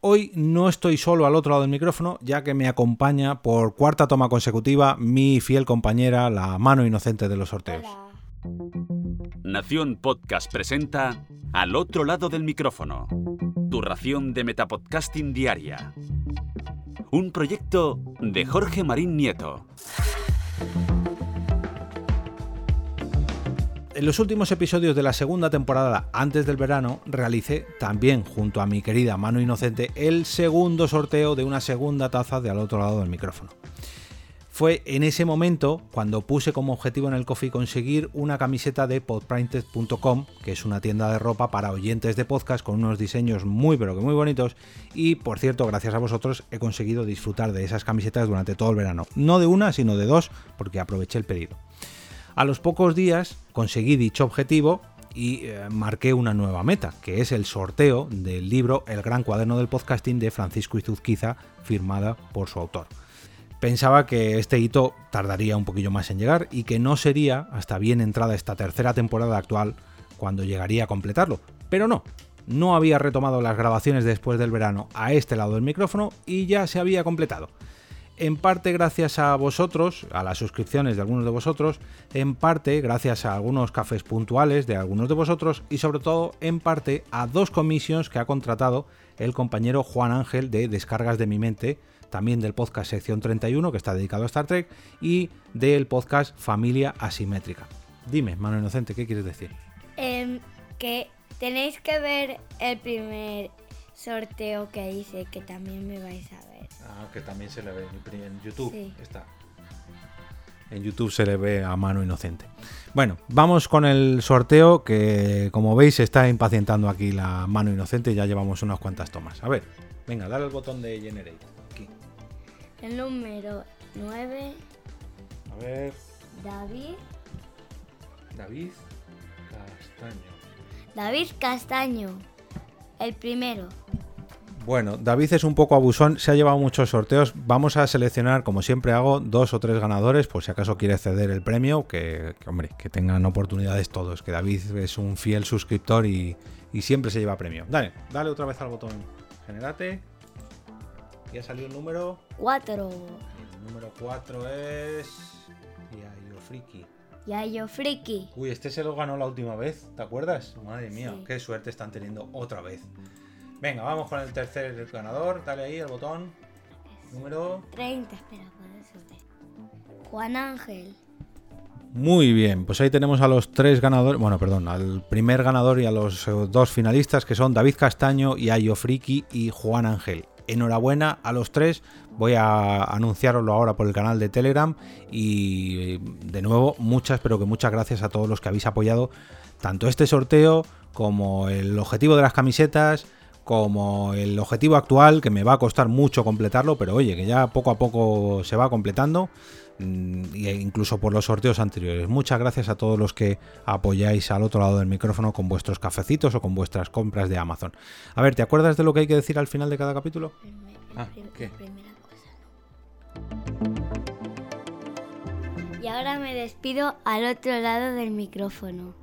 Hoy no estoy solo al otro lado del micrófono, ya que me acompaña por cuarta toma consecutiva mi fiel compañera, la mano inocente de los sorteos. Hola. Nación Podcast presenta Al otro lado del micrófono, tu ración de metapodcasting diaria. Un proyecto de Jorge Marín Nieto. En los últimos episodios de la segunda temporada, antes del verano, realicé también, junto a mi querida mano inocente, el segundo sorteo de una segunda taza de Al otro lado del micrófono. Fue en ese momento cuando puse como objetivo en el coffee conseguir una camiseta de podprinted.com, que es una tienda de ropa para oyentes de podcast con unos diseños muy pero que muy bonitos, y por cierto, gracias a vosotros he conseguido disfrutar de esas camisetas durante todo el verano. No de una, sino de dos, porque aproveché el pedido. A los pocos días conseguí dicho objetivo y marqué una nueva meta, que es el sorteo del libro El gran cuaderno del podcasting de Francisco Izuzquiza, firmada por su autor. Pensaba que este hito tardaría un poquillo más en llegar y que no sería hasta bien entrada esta tercera temporada actual cuando llegaría a completarlo, pero no había retomado las grabaciones después del verano a este lado del micrófono y ya se había completado. En parte gracias a vosotros, a las suscripciones de algunos de vosotros, en parte gracias a algunos cafés puntuales de algunos de vosotros y sobre todo en parte a dos commissions que ha contratado el compañero Juan Ángel de Descargas de mi Mente, también del podcast Sección 31 que está dedicado a Star Trek y del podcast Familia Asimétrica. Dime, mano inocente, ¿qué quieres decir? Que tenéis que ver el primer sorteo que hice, que también me vais a ver. Ah, que también se le ve en YouTube. Sí. Está. En YouTube se le ve a mano inocente. Bueno, vamos con el sorteo que, como veis, se está impacientando aquí la mano inocente. Ya llevamos unas cuantas tomas. A ver, venga, dale al botón de Generate. Aquí. El número 9, A ver, David Castaño. el primero. Bueno, David es un poco abusón, se ha llevado muchos sorteos. Vamos a seleccionar, como siempre hago, 2 o 3 ganadores, por si acaso quiere ceder el premio, que tengan oportunidades todos, que David es un fiel suscriptor y siempre se lleva premio. Dale otra vez al botón Generate. Y ha salido el número 4, El número 4 es Yayo Friki. Uy, este se lo ganó la última vez, ¿te acuerdas? Madre mía, Sí. qué suerte están teniendo otra vez. Venga, vamos con el tercer ganador. Dale ahí al botón. Número 30, espera, puedes subir. Juan Ángel. Muy bien, pues ahí tenemos a los 3 ganadores, al primer ganador y a los 2 finalistas, que son David Castaño, Yayo Friki y Juan Ángel. Enhorabuena a los 3, voy a anunciaroslo ahora por el canal de Telegram y de nuevo muchas gracias a todos los que habéis apoyado tanto este sorteo como el objetivo de las camisetas, como el objetivo actual, que me va a costar mucho completarlo, pero oye, que ya poco a poco se va completando, incluso por los sorteos anteriores. Muchas gracias a todos los que apoyáis al otro lado del micrófono con vuestros cafecitos o con vuestras compras de Amazon. A ver, ¿te acuerdas de lo que hay que decir al final de cada capítulo? ¿Qué? La primera cosa, ¿no? Y ahora me despido al otro lado del micrófono.